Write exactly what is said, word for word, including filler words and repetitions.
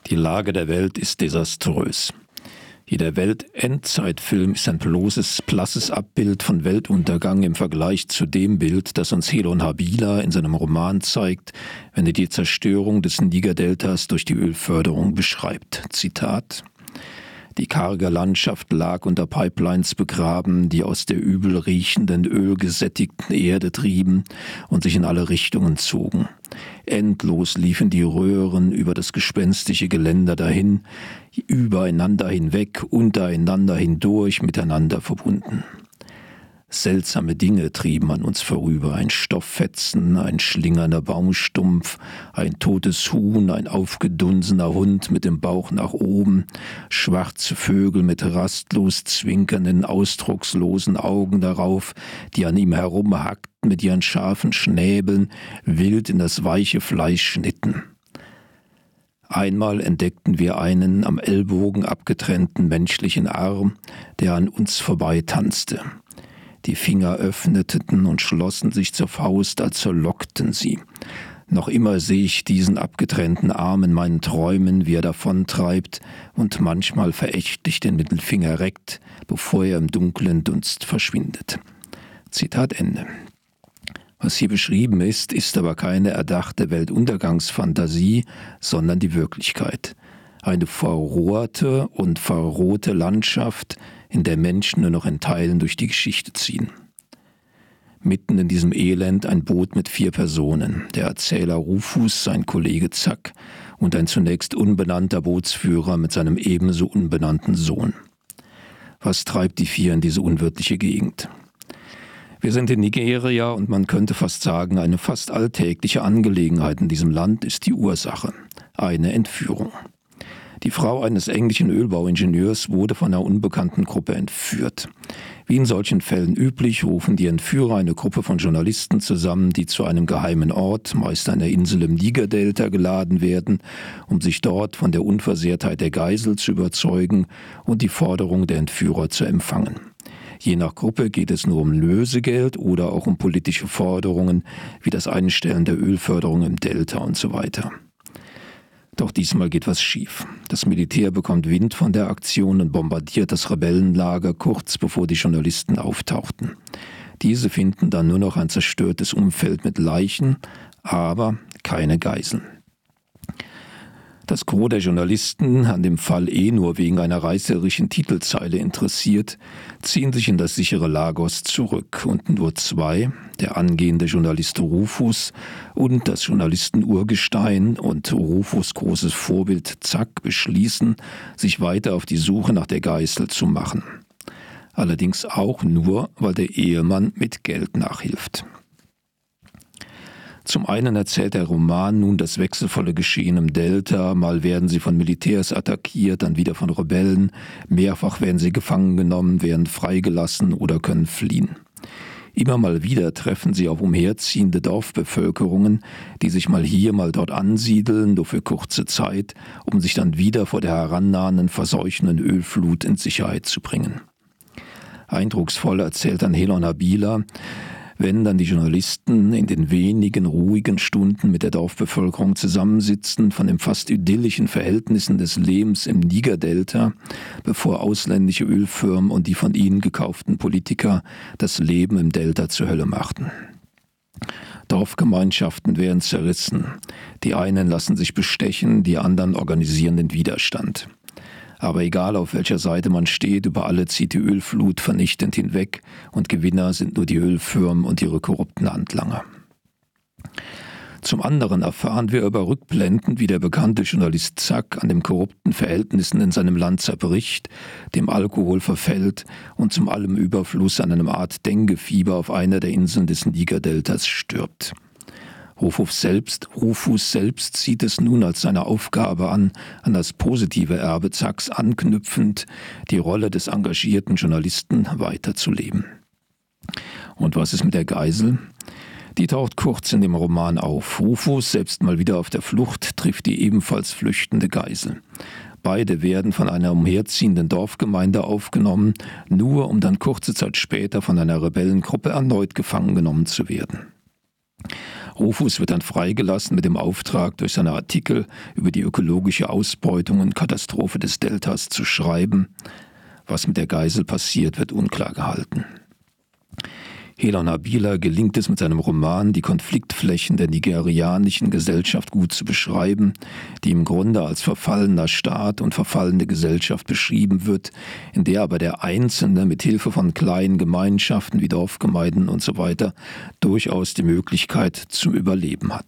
Die Lage der Welt ist desaströs. Jeder Welt-Endzeitfilm ist ein bloßes, blasses Abbild von Weltuntergang im Vergleich zu dem Bild, das uns Helon Habila in seinem Roman zeigt, wenn er die Zerstörung des Nigerdeltas durch die Ölförderung beschreibt. Zitat: Die karge Landschaft lag unter Pipelines begraben, die aus der übel riechenden, ölgesättigten Erde trieben und sich in alle Richtungen zogen. Endlos liefen die Röhren über das gespenstische Geländer dahin, übereinander hinweg, untereinander hindurch, miteinander verbunden. Seltsame Dinge trieben an uns vorüber, ein Stofffetzen, ein schlingernder Baumstumpf, ein totes Huhn, ein aufgedunsener Hund mit dem Bauch nach oben, schwarze Vögel mit rastlos zwinkernden, ausdruckslosen Augen darauf, die an ihm herumhackten mit ihren scharfen Schnäbeln, wild in das weiche Fleisch schnitten. Einmal entdeckten wir einen am Ellbogen abgetrennten menschlichen Arm, der an uns vorbei tanzte. Die Finger öffneten und schlossen sich zur Faust, als verlockten sie. Noch immer sehe ich diesen abgetrennten Arm in meinen Träumen, wie er davontreibt und manchmal verächtlich den Mittelfinger reckt, bevor er im dunklen Dunst verschwindet. Zitat Ende. Was hier beschrieben ist, ist aber keine erdachte Weltuntergangsfantasie, sondern die Wirklichkeit. Eine verrohte und verrohte Landschaft, in der Menschen nur noch in Teilen durch die Geschichte ziehen. Mitten in diesem Elend ein Boot mit vier Personen, der Erzähler Rufus, sein Kollege Zack und ein zunächst unbenannter Bootsführer mit seinem ebenso unbenannten Sohn. Was treibt die vier in diese unwirtliche Gegend? Wir sind in Nigeria und man könnte fast sagen, eine fast alltägliche Angelegenheit in diesem Land ist die Ursache: eine Entführung. Die Frau eines englischen Ölbauingenieurs wurde von einer unbekannten Gruppe entführt. Wie in solchen Fällen üblich, rufen die Entführer eine Gruppe von Journalisten zusammen, die zu einem geheimen Ort, meist einer Insel im Nigerdelta, geladen werden, um sich dort von der Unversehrtheit der Geisel zu überzeugen und die Forderung der Entführer zu empfangen. Je nach Gruppe geht es nur um Lösegeld oder auch um politische Forderungen, wie das Einstellen der Ölförderung im Delta und so weiter. Doch diesmal geht was schief. Das Militär bekommt Wind von der Aktion und bombardiert das Rebellenlager kurz bevor die Journalisten auftauchten. Diese finden dann nur noch ein zerstörtes Umfeld mit Leichen, aber keine Geiseln. Das Gros der Journalisten, an dem Fall eh nur wegen einer reißerischen Titelzeile interessiert, ziehen sich in das sichere Lagos zurück und nur zwei, der angehende Journalist Rufus und das Journalisten-Urgestein und Rufus' großes Vorbild Zack, beschließen, sich weiter auf die Suche nach der Geißel zu machen. Allerdings auch nur, weil der Ehemann mit Geld nachhilft. Zum einen erzählt der Roman nun das wechselvolle Geschehen im Delta, mal werden sie von Militärs attackiert, dann wieder von Rebellen, mehrfach werden sie gefangen genommen, werden freigelassen oder können fliehen. Immer mal wieder treffen sie auf umherziehende Dorfbevölkerungen, die sich mal hier, mal dort ansiedeln, nur für kurze Zeit, um sich dann wieder vor der herannahenden, verseuchenden Ölflut in Sicherheit zu bringen. Eindrucksvoll erzählt dann Helon Habila, wenn dann die Journalisten in den wenigen ruhigen Stunden mit der Dorfbevölkerung zusammensitzen, von den fast idyllischen Verhältnissen des Lebens im Nigerdelta, bevor ausländische Ölfirmen und die von ihnen gekauften Politiker das Leben im Delta zur Hölle machten. Dorfgemeinschaften werden zerrissen. Die einen lassen sich bestechen, die anderen organisieren den Widerstand. Aber egal, auf welcher Seite man steht, über alle zieht die Ölflut vernichtend hinweg und Gewinner sind nur die Ölfirmen und ihre korrupten Handlanger. Zum anderen erfahren wir über Rückblenden, wie der bekannte Journalist Zack an den korrupten Verhältnissen in seinem Land zerbricht, dem Alkohol verfällt und zum allem Überfluss an einem Art Dengue-Fieber auf einer der Inseln des Nigerdeltas stirbt. Rufus selbst, Rufus selbst sieht es nun als seine Aufgabe an, an das positive Erbe Zacks anknüpfend, die Rolle des engagierten Journalisten weiterzuleben. Und was ist mit der Geisel? Die taucht kurz in dem Roman auf. Rufus, selbst mal wieder auf der Flucht, trifft die ebenfalls flüchtende Geisel. Beide werden von einer umherziehenden Dorfgemeinde aufgenommen, nur um dann kurze Zeit später von einer Rebellengruppe erneut gefangen genommen zu werden. Rufus wird dann freigelassen mit dem Auftrag, durch seine Artikel über die ökologische Ausbeutung und Katastrophe des Deltas zu schreiben. Was mit der Geisel passiert, wird unklar gehalten. Helon Habila gelingt es mit seinem Roman, die Konfliktflächen der nigerianischen Gesellschaft gut zu beschreiben, die im Grunde als verfallener Staat und verfallene Gesellschaft beschrieben wird, in der aber der Einzelne mit Hilfe von kleinen Gemeinschaften wie Dorfgemeinden usw. durchaus die Möglichkeit zum Überleben hat.